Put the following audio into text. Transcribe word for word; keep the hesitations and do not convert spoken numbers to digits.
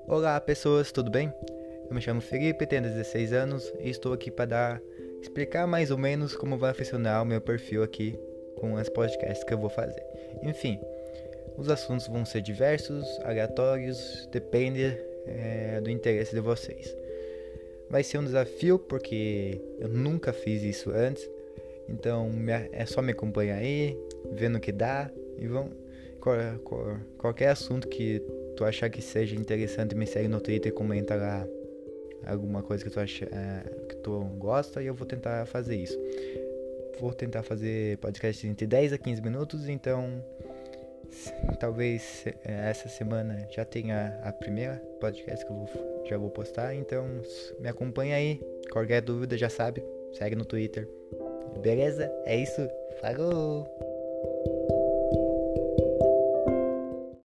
Olá pessoas, tudo bem? Eu me chamo Felipe, tenho dezesseis anos e estou aqui para dar, explicar mais ou menos como vai funcionar o meu perfil aqui com as podcasts que eu vou fazer. Enfim, os assuntos vão ser diversos, aleatórios, depende é, do interesse de vocês. Vai ser um desafio porque eu nunca fiz isso antes, então é só me acompanhar aí, vendo o que dá e vão qualquer assunto que tu achar que seja interessante, me segue no Twitter e comenta lá alguma coisa que tu acha que tu gosta e eu vou tentar fazer isso. Vou tentar fazer podcast entre dez a quinze minutos, então talvez essa semana já tenha a primeira podcast que eu vou, já vou postar, então me acompanha aí. Qualquer dúvida já sabe, segue no Twitter. Beleza? É isso. Falou!